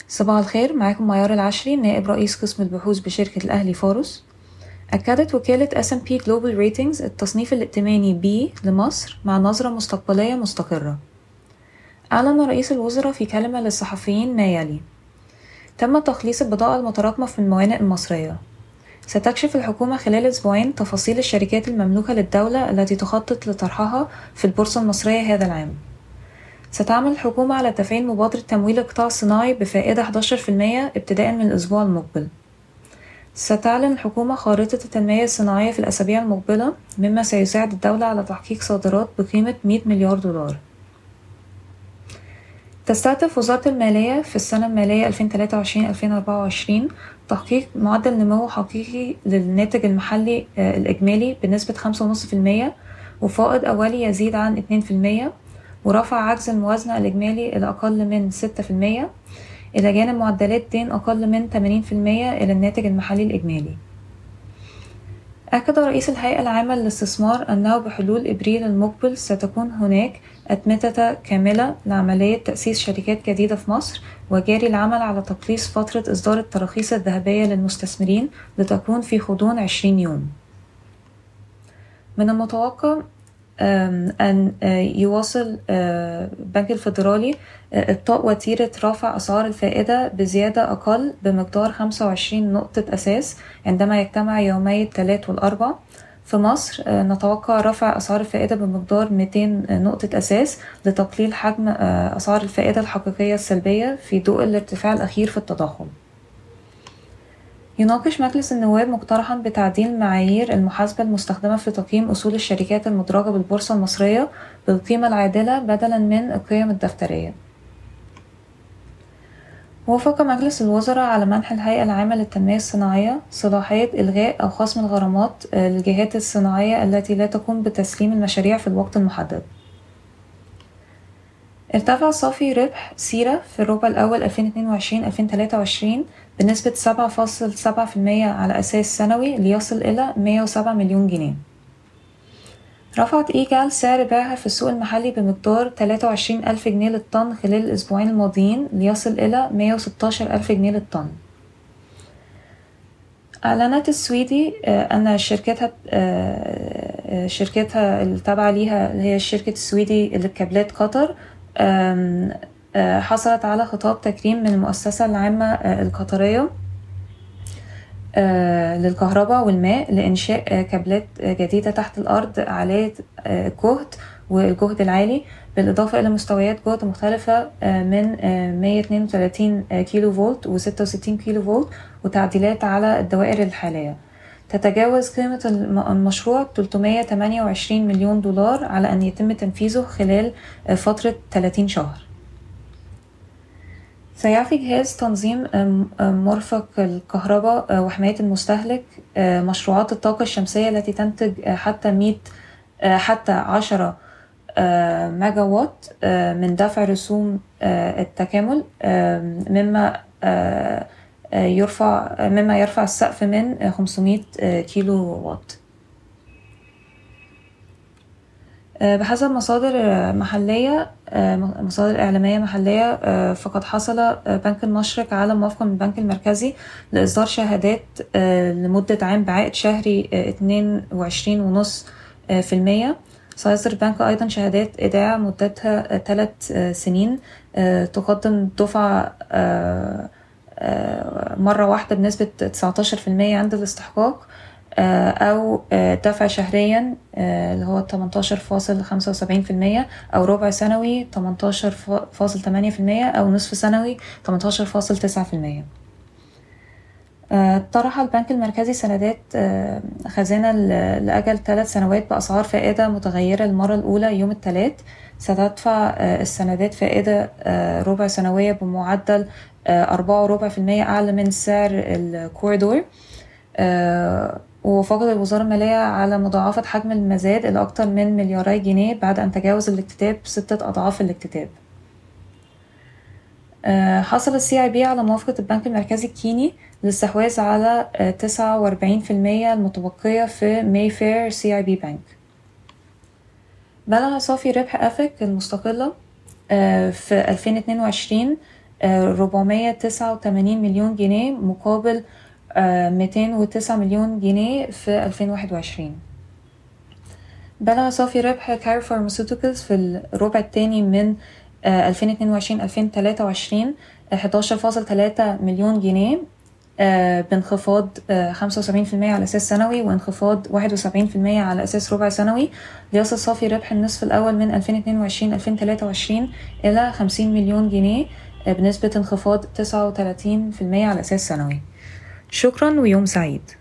صباح الخير، معاكم معيار العشري نائب رئيس قسم البحوث بشركة الأهلي فارس. أكدت وكالة S&P Global Ratings التصنيف الائتماني B لمصر مع نظرة مستقبلية مستقرة. أعلن رئيس الوزراء في كلمة للصحفيين ما يلي: تم تخليص البضائع المتراكمة في الموانئ المصرية. ستكشف الحكومة خلال أسبوعين تفاصيل الشركات المملوكة للدولة التي تخطط لطرحها في البورصة المصرية هذا العام. ستعمل الحكومة على تفعيل مبادرة تمويل القطاع الصناعي بفائدة 11% ابتداء من الأسبوع المقبل. ستعلن الحكومة خارطة التنمية الصناعية في الأسابيع المقبلة، مما سيساعد الدولة على تحقيق صادرات بقيمة 100 مليار دولار. تستهدف وزارة المالية في السنة المالية 2023-2024 تحقيق معدل نمو حقيقي للناتج المحلي الإجمالي بنسبة 5.5%، وفائض أولي يزيد عن 2%، ورفع عجز الموازنة الإجمالي إلى أقل من 6%، إلى جانب معدلات دين أقل من 80% إلى الناتج المحلي الإجمالي. أكد رئيس الهيئة العامة للاستثمار أنه بحلول إبريل المقبل ستكون هناك أتمتة كاملة لعملية تأسيس شركات جديدة في مصر، وجاري العمل على تقليص فترة إصدار التراخيص الذهبية للمستثمرين لتكون في غضون 20 يوم. من المتوقع أن يواصل البنك الفيدرالي إبطاء وتيرة رفع أسعار الفائدة بزيادة أقل بمقدار 25 نقطة أساس عندما يجتمع يومي الثلاث والأربع. في مصر نتوقع رفع أسعار الفائدة بمقدار 200 نقطة أساس لتقليل حجم أسعار الفائدة الحقيقية السلبية في ضوء الارتفاع الأخير في التضخم. يناقش مجلس النواب مقترحا بتعديل معايير المحاسبة المستخدمة في تقييم أصول الشركات المدرجة بالبورصة المصرية بالقيمة العادلة بدلا من القيم الدفترية. وافق مجلس الوزراء على منح الهيئة العامة للتنمية الصناعية صلاحية إلغاء أو خصم الغرامات للجهات الصناعية التي لا تقوم بتسليم المشاريع في الوقت المحدد. ارتفع صافي ربح سيرة في الربع الأول 2022-2023 بنسبة 7.7% على أساس سنوي ليصل إلى 107 مليون جنيه. رفعت إيجال سعر بيعها في السوق المحلي بمقدار 23 ألف جنيه للطن خلال الأسبوعين الماضيين ليصل إلى 116 ألف جنيه للطن. أعلنت السويدي أن شركتها التابعة ليها اللي هي الشركة السويدي للكابلات قطر حصلت على خطاب تكريم من المؤسسة العامة القطرية للكهرباء والماء لإنشاء كابلات جديدة تحت الأرض عالية الجهد والجهد العالي، بالإضافة إلى مستويات جهد مختلفة من 132 كيلو فولت و66 كيلو فولت، وتعديلات على الدوائر الحالية. تتجاوز قيمة المشروع 328 مليون دولار على أن يتم تنفيذه خلال فترة 30 شهر. سيعفي جهاز تنظيم مرفق الكهرباء وحماية المستهلك مشروعات الطاقة الشمسية التي تنتج حتى 10 ميجا وات من دفع رسوم التكامل، مما يرفع السقف من 500 كيلو وات. بحسب مصادر إعلامية محلية، فقد حصل بنك المشرق على موافقة من البنك المركزي لإصدار شهادات لمدة عام بعائد شهري 22.5%. سيصدر البنك أيضا شهادات إيداع مدتها 3 سنين تقدم دفعة مرة واحدة بنسبة 19% عند الاستحقاق، أو دفع شهريا اللي هو 18.75%، أو ربع سنوي 18.8%، أو نصف سنوي 18.9%. طرح البنك المركزي سندات خزانة لأجل 3 سنوات بأسعار فائدة متغيرة المرة الأولى يوم الثلاث. ستدفع السندات فائدة ربع سنوية بمعدل 4.25% أعلى من سعر الكوريدور. وفقد الوزارة المالية على مضاعفة حجم المزاد إلى أكثر من 2 مليار جنيه بعد أن تجاوز الاكتتاب 6 أضعاف الاكتتاب. حصل CIB على موافقة البنك المركزي الكيني للاستحواذ على 49% المتبقية في مايفير CIB بنك. بلغ صافي ربح أفك المستقلة في 2022 489 مليون جنيه مقابل 209 مليون جنيه في 2021. بلغ صافي ربح كايرو فارماسيوتيكالز في الربع الثاني من 2022-2023 11.3 مليون جنيه، بانخفاض 75% على أساس سنوي وانخفاض 71% على أساس ربع سنوي، ليصل صافي ربح النصف الأول من 2022-2023 إلى 50 مليون جنيه بنسبة انخفاض 39% على أساس سنوي. شكرا ويوم سعيد.